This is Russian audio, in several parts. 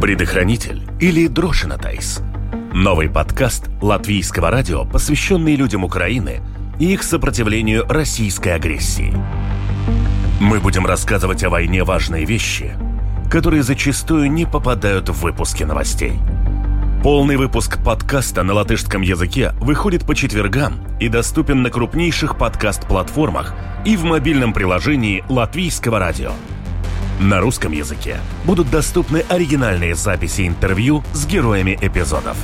Предохранитель или Дрошинатайс. Новый подкаст латвийского радио, посвященный людям Украины и их сопротивлению российской агрессии. Мы будем рассказывать о войне важные вещи, которые зачастую не попадают в выпуски новостей. Полный выпуск подкаста на латышском языке выходит по четвергам и доступен на крупнейших подкаст-платформах и в мобильном приложении латвийского радио. На русском языке будут доступны оригинальные записи интервью с героями эпизодов.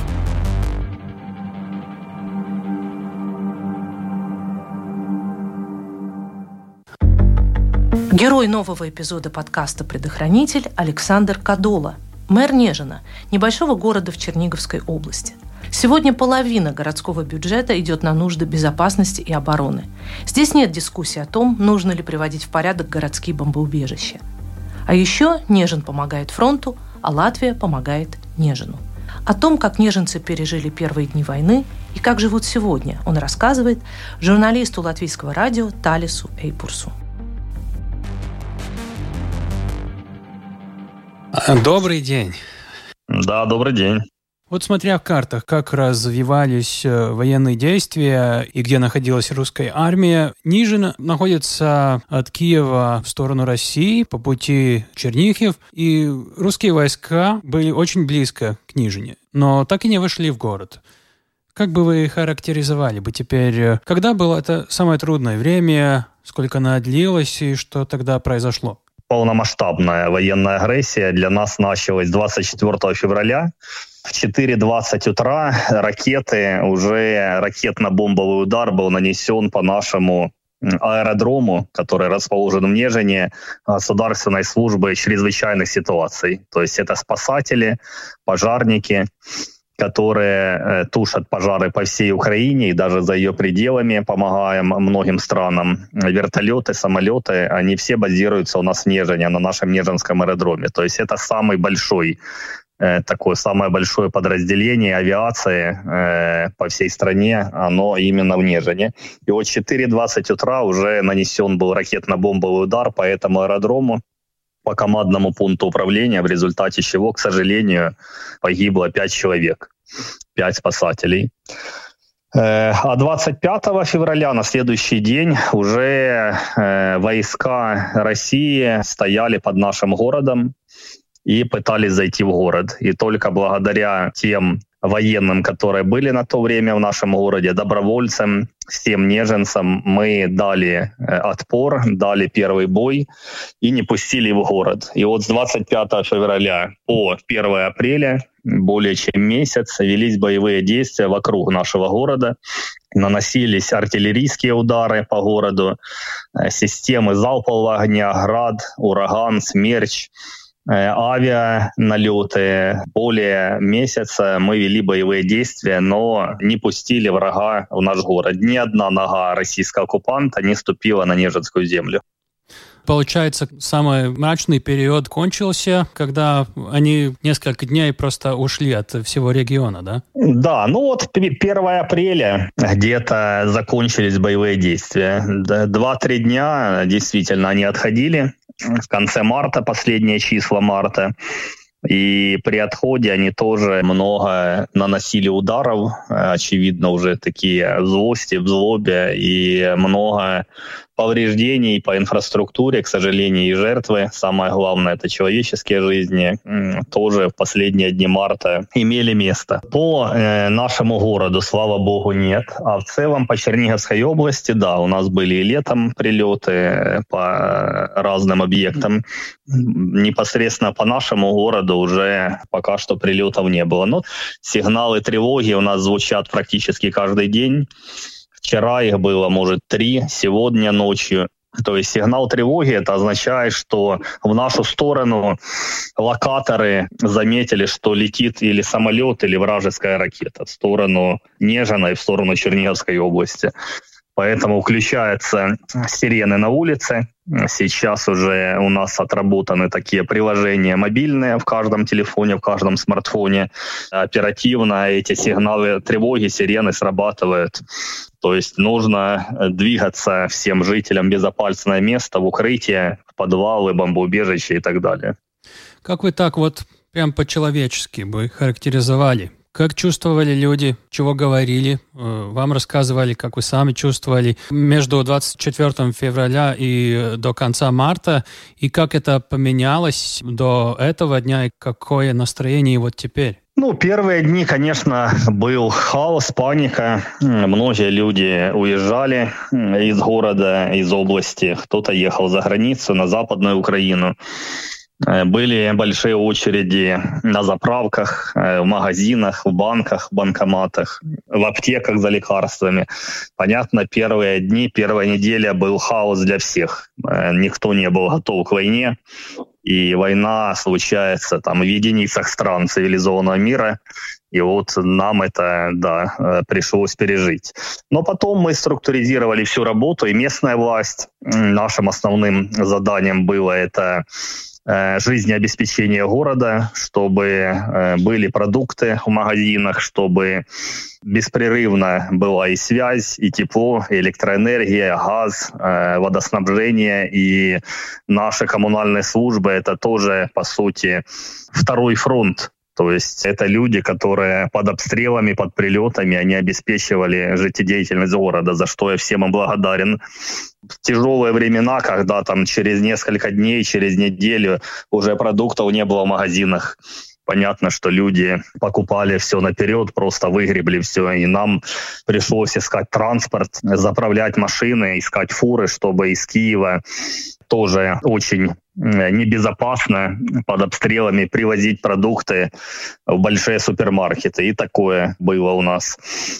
Герой нового эпизода подкаста «Предохранитель» Александр Кадола, мэр Нежина, небольшого города в Черниговской области. Сегодня половина городского бюджета идет на нужды безопасности и обороны. Здесь нет дискуссии о том, нужно ли приводить в порядок городские бомбоубежища. А еще Нежин помогает фронту, а Латвия помогает Нежину. О том, как нежинцы пережили первые дни войны и как живут сегодня, он рассказывает журналисту латвийского радио Талису Эйпурсу. Добрый день. Да, добрый день. Вот смотря в картах, как развивались военные действия и где находилась русская армия, Нижин находится от Киева в сторону России по пути Чернигов, и русские войска были очень близко к Нижине, но так и не вошли в город. Как бы вы характеризовали бы теперь, когда было это самое трудное время, сколько оно длилось и что тогда произошло? Полномасштабная военная агрессия для нас началась 24 февраля. В 4:20 утра ракетно-бомбовый удар был нанесен по нашему аэродрому, который расположен в Нежине, Государственной службы чрезвычайных ситуаций. То есть это спасатели, пожарники, которые тушат пожары по всей Украине и даже за ее пределами, помогаем многим странам. Вертолеты, самолеты, они все базируются у нас в Нежине, на нашем Нежинском аэродроме. То есть это самое большое подразделение авиации по всей стране, оно именно в Нежине. И вот 4:20 утра уже нанесен был ракетно-бомбовый удар по этому аэродрому, по командному пункту управления, в результате чего, к сожалению, погибло 5 человек, 5 спасателей. А 25 февраля, на следующий день, уже войска России стояли под нашим городом и пытались зайти в город. И только благодаря тем военным, которые были на то время в нашем городе, добровольцам, всем неженцам, мы дали отпор, дали первый бой и не пустили в город. И вот с 25 февраля по 1 апреля, более чем месяц, велись боевые действия вокруг нашего города. Наносились артиллерийские удары по городу, системы залпового огня, «Град», «Ураган», «Смерч», авианалеты. Более месяца мы вели боевые действия, но не пустили врага в наш город. Ни одна нога российского оккупанта не ступила на Нежинскую землю. Получается, самый мрачный период кончился, когда они несколько дней просто ушли от всего региона, да? Да, 1 апреля где-то закончились боевые действия. 2-3 дня действительно они отходили. В конце марта, последние числа марта. И при отходе они тоже много наносили ударов, очевидно, уже такие в злости, в злобе, и много повреждений по инфраструктуре, к сожалению, и жертвы, самое главное, это человеческие жизни, тоже в последние дни марта имели место. По нашему городу, слава богу, нет. А в целом по Черниговской области, да, у нас были и летом прилеты по разным объектам. Непосредственно по нашему городу уже пока что прилетов не было. Но сигналы тревоги у нас звучат практически каждый день. Вчера их было, может, 3, сегодня ночью. То есть сигнал тревоги, это означает, что в нашу сторону локаторы заметили, что летит или самолет, или вражеская ракета в сторону Нежина и в сторону Черниговской области. Поэтому включаются сирены на улице. Сейчас уже у нас отработаны такие приложения мобильные в каждом телефоне, в каждом смартфоне. Оперативно эти сигналы тревоги, сирены срабатывают. То есть нужно двигаться всем жителям в безопасное место, в укрытие, в подвалы, бомбоубежища и так далее. Как вы так вот прям по-человечески бы характеризовали? Как чувствовали люди, чего говорили, вам рассказывали, как вы сами чувствовали между 24 февраля и до конца марта, и как это поменялось до этого дня, и какое настроение вот теперь? Первые дни, конечно, был хаос, паника. Многие люди уезжали из города, из области. Кто-то ехал за границу, на Западную Украину. Были большие очереди на заправках, в магазинах, в банках, в банкоматах, в аптеках за лекарствами. Понятно, первые дни, первая неделя был хаос для всех. Никто не был готов к войне. И война случается там в единицах стран цивилизованного мира. И вот нам это, пришлось пережить. Но потом мы структуризировали всю работу, и местная власть. Нашим основным заданием было это жизнеобеспечение города, чтобы были продукты в магазинах, чтобы беспрерывно была и связь, и тепло, и электроэнергия, газ, водоснабжение. И наши коммунальные службы — это тоже, по сути, второй фронт. То есть это люди, которые под обстрелами, под прилетами, они обеспечивали жизнедеятельность города, за что я всем им благодарен. В тяжелые времена, когда там через несколько дней, через неделю уже продуктов не было в магазинах, понятно, что люди покупали все наперед, просто выгребли все, и нам пришлось искать транспорт, заправлять машины, искать фуры, чтобы из Киева тоже очень небезопасно под обстрелами привозить продукты в большие супермаркеты. И такое было у нас.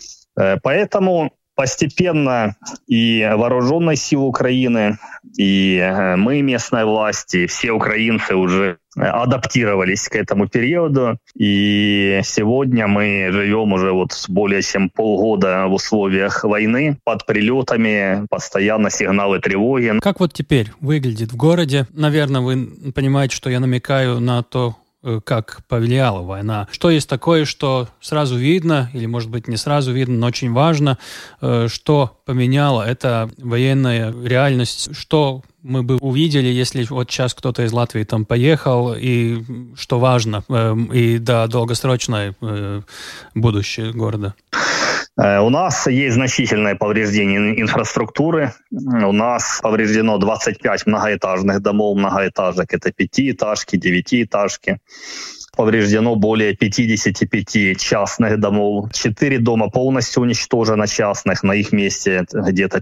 Поэтому постепенно и вооруженные силы Украины, и мы, местные власти, все украинцы уже адаптировались к этому периоду. И сегодня мы живем уже более чем полгода в условиях войны, под прилетами, постоянно сигналы тревоги. Как теперь выглядит в городе? Наверное, вы понимаете, что я намекаю на то, как повлияла война. Что есть такое, что сразу видно, или, может быть, не сразу видно, но очень важно, что поменяло эта военная реальность, что мы бы увидели, если сейчас кто-то из Латвии там поехал, и что важно, и долгосрочное будущее города. У нас есть значительное повреждение инфраструктуры. У нас повреждено 25 многоэтажных домов, многоэтажек. Это 5-этажки, 9-этажки. Повреждено более 55 частных домов. 4 дома полностью уничтожено частных. На их месте где-то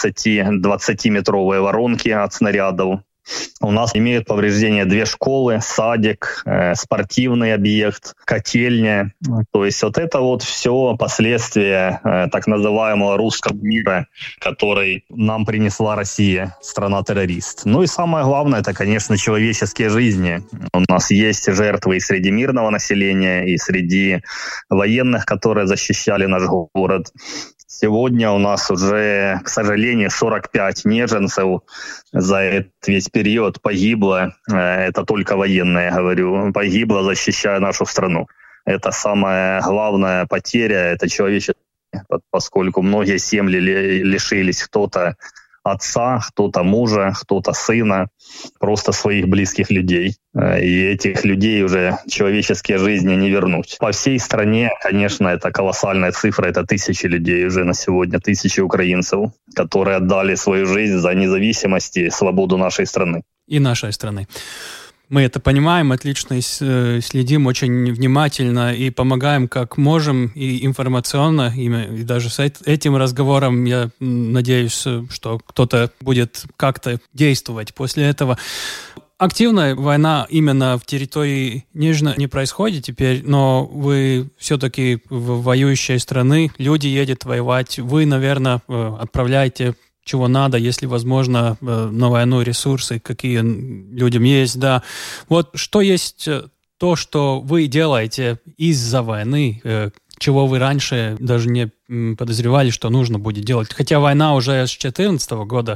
15-20-метровые воронки от снарядов. У нас имеют повреждения 2 школы, садик, спортивный объект, котельня. То есть это все последствия так называемого русского мира, который нам принесла Россия, страна-террорист. И самое главное, это, конечно, человеческие жизни. У нас есть жертвы и среди мирного населения, и среди военных, которые защищали наш город. Сегодня у нас уже, к сожалению, 45 неженцев за этот весь период погибло. Это только военные, я говорю. Погибло, защищая нашу страну. Это самая главная потеря, это человечество, поскольку многие семьи лишились кто-то отца, кто-то мужа, кто-то сына, просто своих близких людей. И этих людей уже человеческие жизни не вернуть. По всей стране, конечно, это колоссальная цифра, это 1000 людей уже на сегодня, 1000 украинцев, которые отдали свою жизнь за независимость и свободу нашей страны. И нашей страны. Мы это понимаем, отлично следим очень внимательно и помогаем как можем, и информационно, и даже с этим разговором я надеюсь, что кто-то будет как-то действовать после этого. Активная война именно в территории Нижнего не происходит теперь, но вы все-таки в воюющей страны, люди едут воевать, вы, наверное, отправляете чего надо, если возможно, на войну ресурсы, какие людям есть, да. Что есть то, что вы делаете из-за войны, чего вы раньше даже не подозревали, что нужно будет делать. Хотя война уже с 2014 года,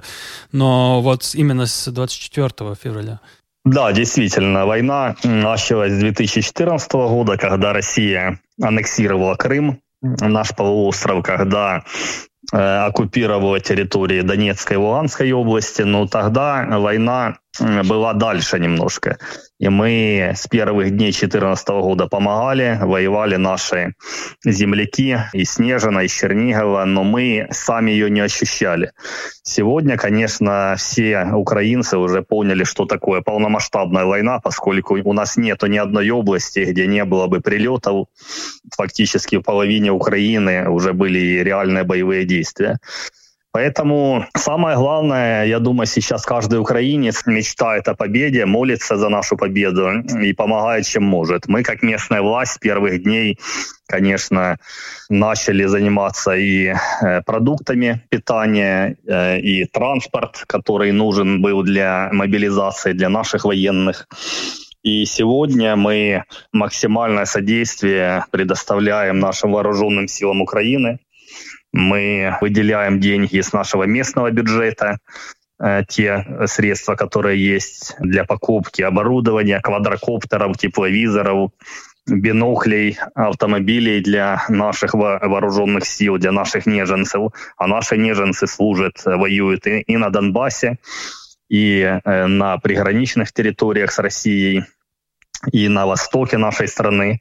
но именно с 24 февраля. Да, действительно, война началась с 2014 года, когда Россия аннексировала Крым, наш полуостров, когда оккупировала территории Донецкой и Луганской области, но тогда война была дальше немножко. И мы с первых дней 2014 года помогали, воевали наши земляки из Снежина, из Чернигова, но мы сами ее не ощущали. Сегодня, конечно, все украинцы уже поняли, что такое полномасштабная война, поскольку у нас нету ни одной области, где не было бы прилетов. Фактически в половине Украины уже были реальные боевые действия. Поэтому самое главное, я думаю, сейчас каждый украинец мечтает о победе, молится за нашу победу и помогает, чем может. Мы, как местная власть, с первых дней, конечно, начали заниматься и продуктами питания, и транспорт, который нужен был для мобилизации, для наших военных. И сегодня мы максимальное содействие предоставляем нашим вооруженным силам Украины. Мы выделяем деньги из нашего местного бюджета, те средства, которые есть для покупки оборудования, квадрокоптеров, тепловизоров, биноклей, автомобилей для наших вооруженных сил, для наших неженцев. А наши неженцы служат, воюют и на Донбассе, и на приграничных территориях с Россией, и на востоке нашей страны.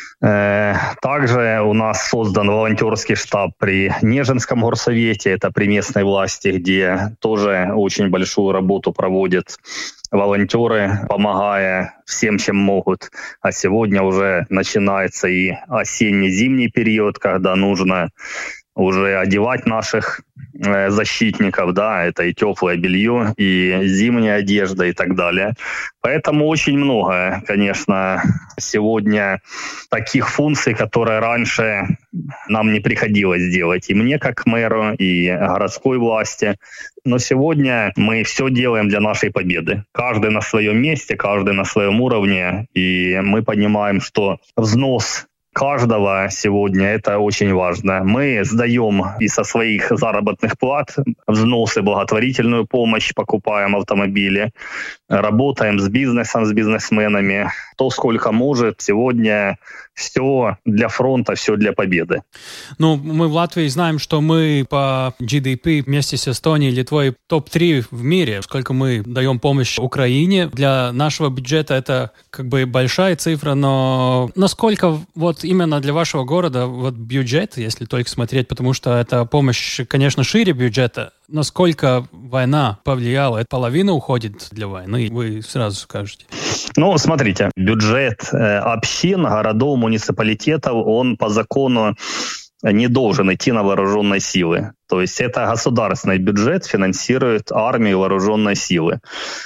Также у нас создан волонтерский штаб при Нежинском горсовете, это при местной власти, где тоже очень большую работу проводят волонтеры, помогая всем, чем могут. А сегодня уже начинается и осенне-зимний период, когда нужно уже одевать наших защитников, да, это и теплое белье, и зимняя одежда и так далее. Поэтому очень много, конечно, сегодня таких функций, которые раньше нам не приходилось делать. И мне, как мэру, и городской власти. Но сегодня мы все делаем для нашей победы. Каждый на своем месте, каждый на своем уровне. И мы понимаем, что взнос каждого сегодня это очень важно. Мы сдаем и со своих заработных плат взносы, благотворительную помощь, покупаем автомобили, работаем с бизнесом, с бизнесменами. То, сколько может. Сегодня все для фронта, все для победы. Ну, мы в Латвии знаем, что мы по GDP вместе с Эстонией, Литвой топ-3 в мире. Сколько мы даем помощь Украине. Для нашего бюджета это как бы большая цифра, но насколько вот именно для вашего города вот бюджет, если только смотреть, потому что эта помощь, конечно, шире бюджета, насколько война повлияла? Половина уходит для войны, вы сразу скажете. Ну, смотрите, бюджет общин, городов, муниципалитетов, он по закону не должен идти на вооруженные силы. То есть это государственный бюджет финансирует армию и вооруженные силы.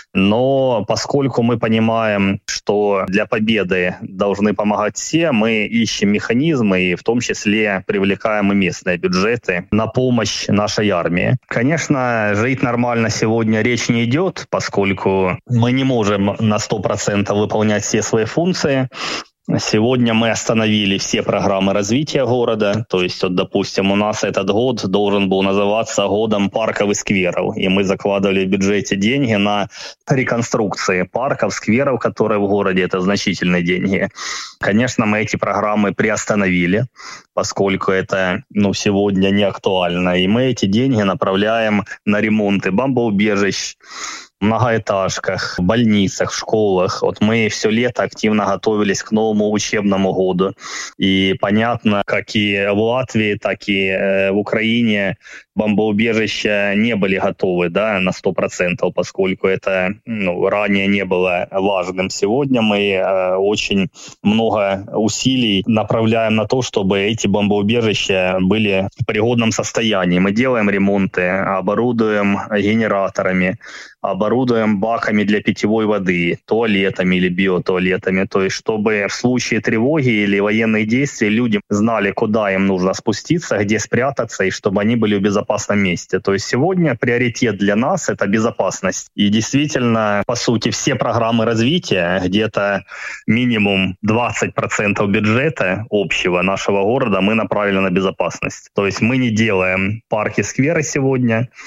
Но поскольку мы понимаем, что для победы должны помогать все, мы ищем механизмы и в том числе привлекаем и местные бюджеты на помощь нашей армии. Конечно, жить нормально сегодня речь не идет, поскольку мы не можем на 100% выполнять все свои функции. Сегодня мы остановили все программы развития города. То есть, вот, допустим, у нас этот год должен был называться годом парков и скверов. И мы закладывали в бюджете деньги на реконструкции парков, скверов, которые в городе. Это значительные деньги. Конечно, мы эти программы приостановили, поскольку это сегодня не актуально. И мы эти деньги направляем на ремонты бомбоубежищ, многоэтажках, в больницах, в школах. Вот мы все лето активно готовились к новому учебному году. И понятно, как и в Латвии, так и в Украине бомбоубежища не были готовы, да, на 100%, поскольку это ранее не было важным. Сегодня мы очень много усилий направляем на то, чтобы эти бомбоубежища были в пригодном состоянии. Мы делаем ремонты, оборудуем генераторами, оборудуем баками для питьевой воды, туалетами или биотуалетами. То есть, чтобы в случае тревоги или военных действий люди знали, куда им нужно спуститься, где спрятаться, и чтобы они были в безопасном месте. То есть сегодня приоритет для нас — это безопасность. И действительно, по сути, все программы развития, где-то минимум 20% бюджета общего нашего города мы направили на безопасность. То есть мы не делаем парки, скверы сегодня,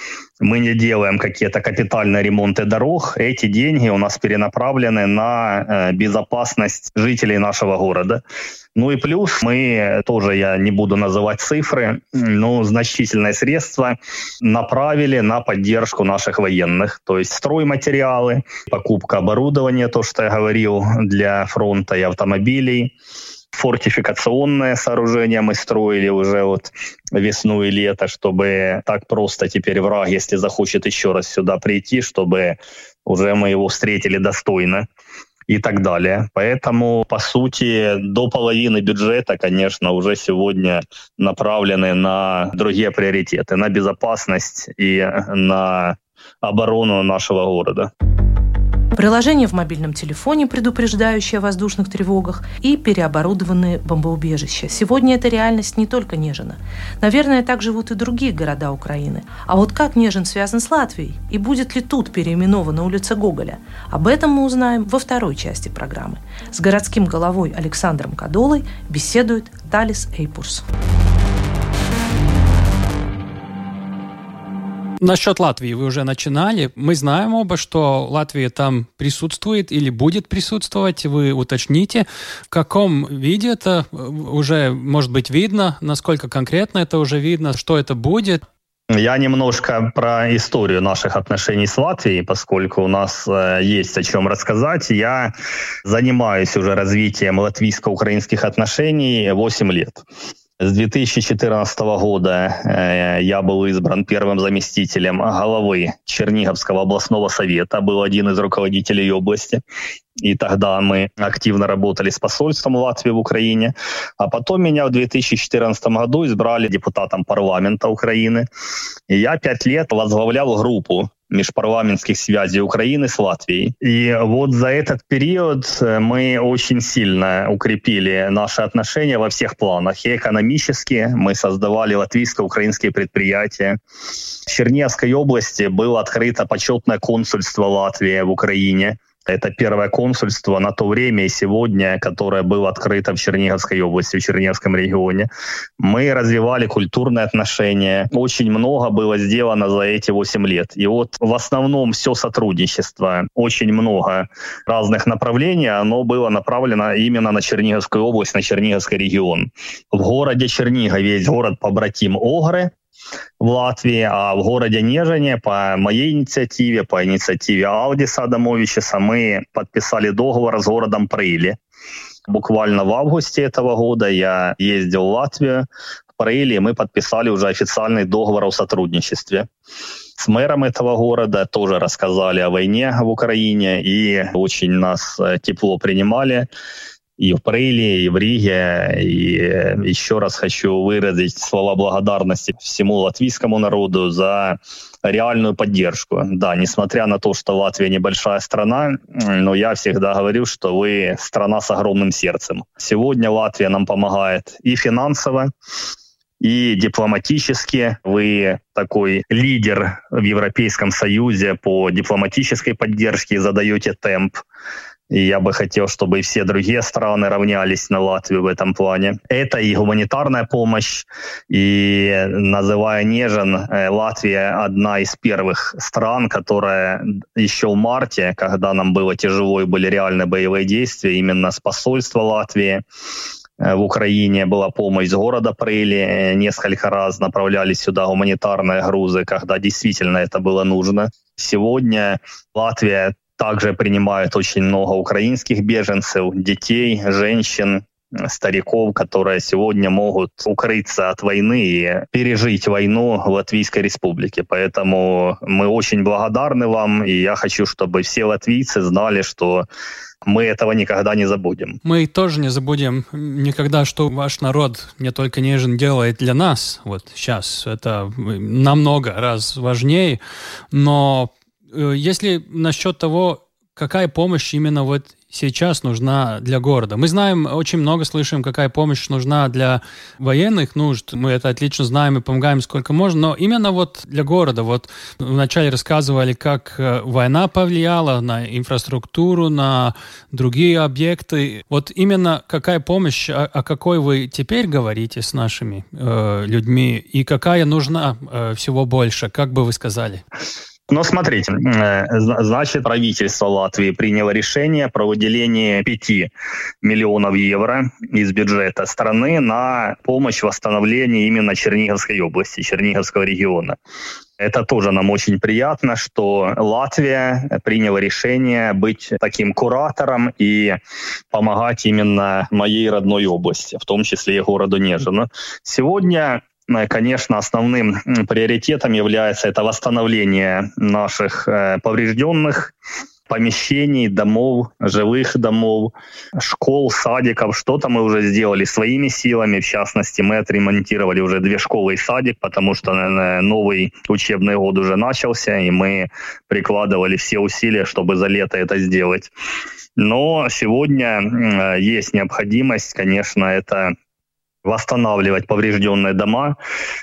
мы не делаем какие-то капитальные ремонты дорог, эти деньги у нас перенаправлены на безопасность жителей нашего города. Ну и плюс мы тоже, я не буду называть цифры, но значительные средства направили на поддержку наших военных. То есть стройматериалы, покупка оборудования, то, что я говорил, для фронта и автомобилей. Фортификационное сооружение мы строили уже вот весну и лето, чтобы так просто теперь враг, если захочет еще раз сюда прийти, чтобы уже мы его встретили достойно и так далее. Поэтому, по сути, до половины бюджета, конечно, уже сегодня направлены на другие приоритеты, на безопасность и на оборону нашего города. Приложение в мобильном телефоне, предупреждающее о воздушных тревогах, и переоборудованные бомбоубежища. Сегодня это реальность не только Нежина. Наверное, так живут и другие города Украины. А вот как Нежин связан с Латвией? И будет ли тут переименована улица Гоголя? Об этом мы узнаем во второй части программы. С городским головой Александром Кадолой беседует Талис Эйпурс. Насчет Латвии вы уже начинали. Мы знаем оба, что Латвия там присутствует или будет присутствовать. Вы уточните, в каком виде это уже, может быть, видно, насколько конкретно это уже видно, что это будет. Я немножко про историю наших отношений с Латвией, поскольку у нас есть о чем рассказать. Я занимаюсь уже развитием латвийско-украинских отношений 8 лет. С 2014 года я был избран первым заместителем главы Черниговского областного совета, был один из руководителей области. И тогда мы активно работали с посольством Латвии в Украине. А потом меня в 2014 году избрали депутатом парламента Украины. И я 5 лет возглавлял группу межпарламентских связей Украины с Латвией. И вот за этот период мы очень сильно укрепили наши отношения во всех планах. И экономически мы создавали латвийско-украинские предприятия. В Черниговской области было открыто почетное консульство Латвии в Украине. Это первое консульство на то время и сегодня, которое было открыто в Черниговской области, в Черниговском регионе. Мы развивали культурные отношения. Очень много было сделано за эти 8 лет. И вот в основном все сотрудничество, очень много разных направлений, оно было направлено именно на Черниговскую область, на Черниговский регион. В городе Чернигове есть город-побратим Огры в Латвии, а в городе Нежине по моей инициативе, по инициативе Алдиса Адамовича, мы подписали договор с городом Прыли. Буквально в августе этого года я ездил в Латвию, в Прыли, и мы подписали уже официальный договор о сотрудничестве. С мэром этого города тоже рассказали о войне в Украине и очень нас тепло принимали. И в Прыле, и в Риге. И еще раз хочу выразить слова благодарности всему латвийскому народу за реальную поддержку. Да, несмотря на то, что Латвия небольшая страна, но я всегда говорю, что вы страна с огромным сердцем. Сегодня Латвия нам помогает и финансово, и дипломатически. Вы такой лидер в Европейском Союзе по дипломатической поддержке и задаете темп. И я бы хотел, чтобы и все другие страны равнялись на Латвию в этом плане. Это и гуманитарная помощь, и, называя Нежин, Латвия одна из первых стран, которая еще в марте, когда нам было тяжело и были реальные боевые действия, именно с посольства Латвии в Украине была помощь с города Прыли. Несколько раз направлялись сюда гуманитарные грузы, когда действительно это было нужно. Сегодня Латвия также принимает очень много украинских беженцев, детей, женщин, стариков, которые сегодня могут укрыться от войны и пережить войну в Латвийской Республике. Поэтому мы очень благодарны вам, и я хочу, чтобы все латвийцы знали, что мы этого никогда не забудем. Мы тоже не забудем никогда, что ваш народ не только Нежин делает для нас. Вот сейчас это намного раз важнее, но если насчет того, какая помощь именно вот сейчас нужна для города? Мы знаем, очень много слышим, какая помощь нужна для военных нужд. Мы это отлично знаем и помогаем сколько можно. Но именно вот для города. Вот вначале рассказывали, как война повлияла на инфраструктуру, на другие объекты. Вот именно какая помощь, о какой вы теперь говорите с нашими людьми, и какая нужна всего больше? Как бы вы сказали? Но смотрите, значит, правительство Латвии приняло решение про выделение 5 миллионов евро из бюджета страны на помощь в восстановлении именно Черниговской области, Черниговского региона. Это тоже нам очень приятно, что Латвия приняла решение быть таким куратором и помогать именно моей родной области, в том числе и городу Нежину. Сегодня, конечно, основным приоритетом является это восстановление наших поврежденных помещений, домов, жилых домов, школ, садиков. Что-то мы уже сделали своими силами. В частности, мы отремонтировали уже 2 школы и садик, потому что новый учебный год уже начался, и мы прикладывали все усилия, чтобы за лето это сделать. Но сегодня есть необходимость, конечно, это восстанавливать поврежденные дома.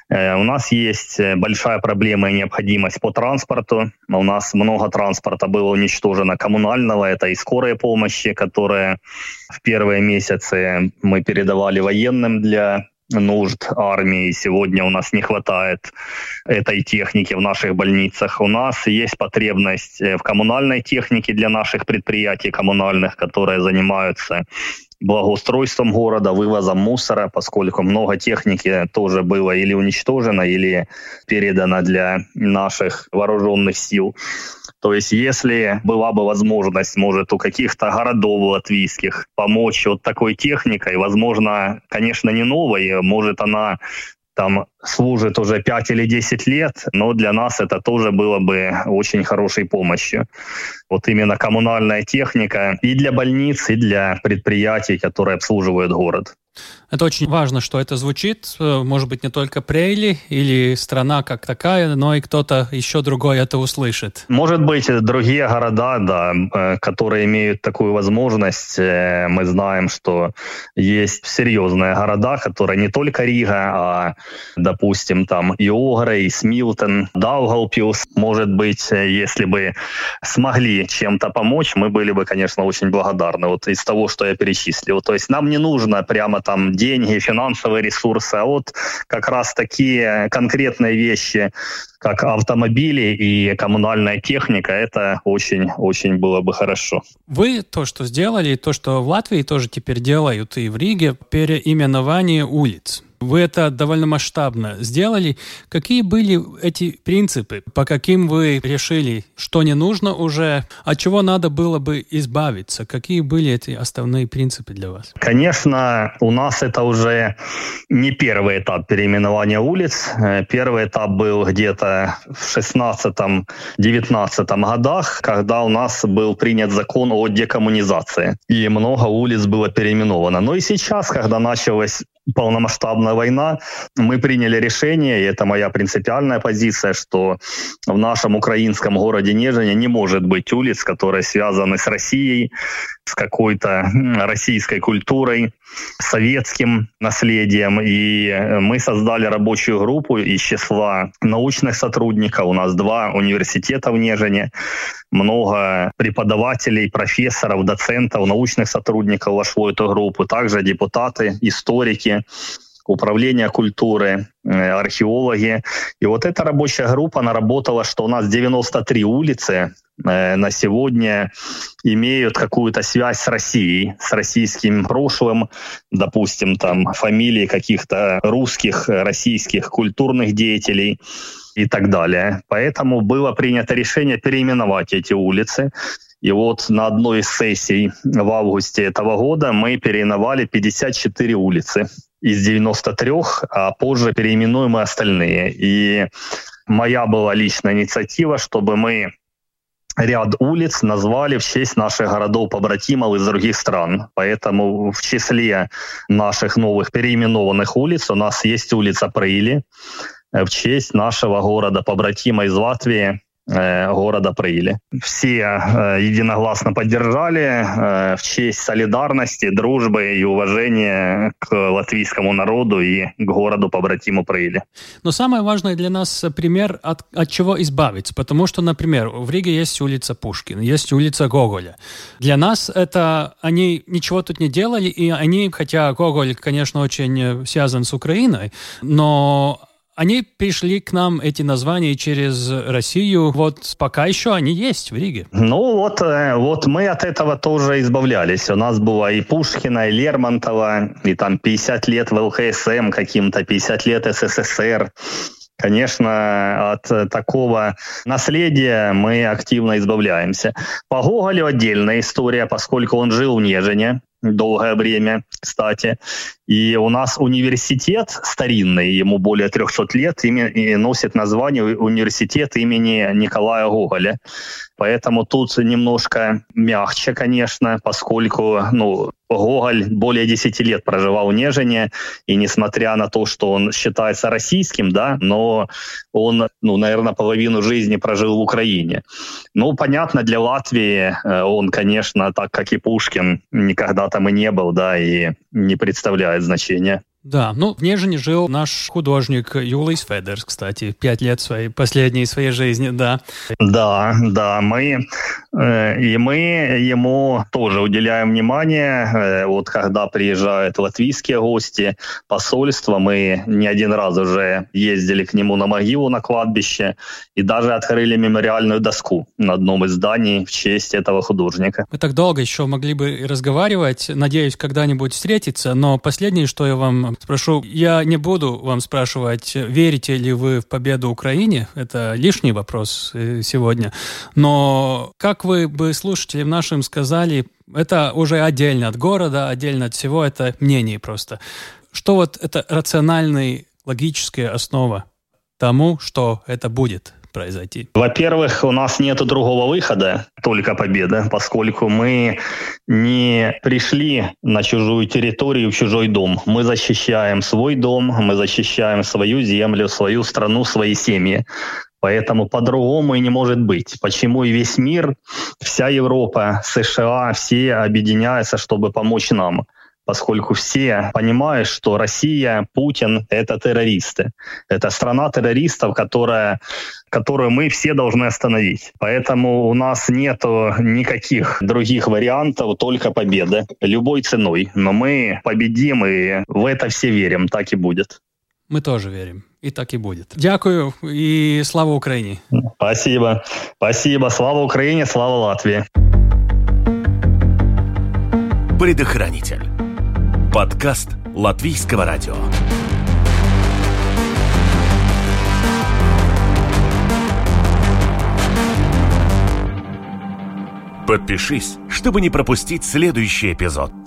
У нас есть большая проблема и необходимость по транспорту. У нас много транспорта было уничтожено коммунального. Это и скорая помощи, которые в первые месяцы мы передавали военным для нужд армии. Сегодня у нас не хватает этой техники в наших больницах. У нас есть потребность в коммунальной технике для наших предприятий коммунальных, которые занимаются благоустройством города, вывозом мусора, поскольку много техники тоже было или уничтожено, или передано для наших вооруженных сил. То есть, если была бы возможность, может, у каких-то городов латвийских помочь вот такой техникой, возможно, конечно, не новой, может, она там служит уже 5 или 10 лет, но для нас это тоже было бы очень хорошей помощью. Вот именно коммунальная техника и для больниц, и для предприятий, которые обслуживают город. Это очень важно, что это звучит. Может быть, не только Прейли или страна как такая, но и кто-то еще другой это услышит. Может быть, другие города, да, которые имеют такую возможность. Мы знаем, что есть серьезные города, которые не только Рига, а, допустим, там и Огры, и Смилтон, Даугавпилс. Может быть, если бы смогли чем-то помочь, мы были бы, конечно, очень благодарны. Вот из того, что я перечислил. То есть нам не нужно прямо там деньги, финансовые ресурсы, а вот как раз такие конкретные вещи, как автомобили и коммунальная техника, это очень-очень было бы хорошо. Вы то, что сделали, то, что в Латвии тоже теперь делают и в Риге, переименование улиц. Вы это довольно масштабно сделали. Какие были эти принципы? По каким вы решили, что не нужно уже, от чего надо было бы избавиться? Какие были эти основные принципы для вас? Конечно, у нас это уже не первый этап переименования улиц. Первый этап был где-то в 16-19 годах, когда у нас был принят закон о декоммунизации. И много улиц было переименовано. Но и сейчас, когда началась полномасштабная война, мы приняли решение, и это моя принципиальная позиция, что в нашем украинском городе Нежине не может быть улиц, которые связаны с Россией, с какой-то российской культурой, советским наследием. И мы создали рабочую группу из числа научных сотрудников. У нас 2 университета в Нежине, много преподавателей, профессоров, доцентов, научных сотрудников вошло в эту группу. Также депутаты, историки, управление культуры, археологи. И вот эта рабочая группа, она работала, что у нас 93 улицы на сегодня имеют какую-то связь с Россией, с российским прошлым, допустим, там фамилии каких-то русских, российских культурных деятелей и так далее. Поэтому было принято решение переименовать эти улицы. И вот на одной из сессий в августе этого года мы переименовали 54 улицы из 93, а позже переименуем и остальные. И моя была личная инициатива, чтобы мы ряд улиц назвали в честь наших городов-побратимов из других стран. Поэтому в числе наших новых переименованных улиц у нас есть улица Прейли в честь нашего города-побратима из Латвии, города Приле. Все единогласно поддержали в честь солидарности, дружбы и уважения к латвийскому народу и к городу-побратиму Приле. Но самое важное для нас пример, от чего избавиться. Потому что, например, в Риге есть улица Пушкина, есть улица Гоголя. Для нас это они ничего тут не делали, и они, хотя Гоголь, конечно, очень связан с Украиной, но они пришли к нам, эти названия, через Россию. Вот пока еще они есть в Риге. Ну вот мы от этого тоже избавлялись. У нас было и Пушкина, и Лермонтова, и там 50 лет в ЛХСМ каким-то, 50 лет СССР. Конечно, от такого наследия мы активно избавляемся. По Гоголю отдельная история, поскольку он жил в Нежине долгое время, кстати. И у нас университет старинный, ему более 300 лет, и носит название университет имени Николая Гоголя. Поэтому тут немножко мягче, конечно, поскольку Гоголь более 10 лет проживал в Нежине, и несмотря на то, что он считается российским, да, но он, наверное, половину жизни прожил в Украине. Понятно, для Латвии он, конечно, так как и Пушкин, никогда там и не был, да, и не представляет значения. Да, в Нежине жил наш художник Юлис Федерс, кстати, 5 лет последней своей жизни, да. Да, мы ему тоже уделяем внимание. Вот когда приезжают латвийские гости, посольства, мы не один раз уже ездили к нему на могилу на кладбище и даже открыли мемориальную доску на одном из зданий в честь этого художника. Мы так долго еще могли бы разговаривать, надеюсь, когда-нибудь встретиться, но последнее, что я вам спрошу, я не буду вам спрашивать, верите ли вы в победу Украине, это лишний вопрос сегодня, но как вы бы слушателям нашим сказали, это уже отдельно от города, отдельно от всего, это мнение просто. Что вот это рациональная, логическая основа тому, что это будет произойти? Во-первых, у нас нет другого выхода, только победа, поскольку мы не пришли на чужую территорию, в чужой дом. Мы защищаем свой дом, мы защищаем свою землю, свою страну, свои семьи. Поэтому по-другому и не может быть. Почему и весь мир, вся Европа, США, все объединяются, чтобы помочь нам. Поскольку все понимают, что Россия, Путин — это террористы. Это страна террористов, которую мы все должны остановить. Поэтому у нас нету никаких других вариантов, только победа. Любой ценой. Но мы победим, и в это все верим. Так и будет. Мы тоже верим. И так и будет. Дякую и слава Украине. Спасибо. Слава Украине, слава Латвии. Предохранитель. Подкаст Латвийского радио. Подпишись, чтобы не пропустить следующий эпизод.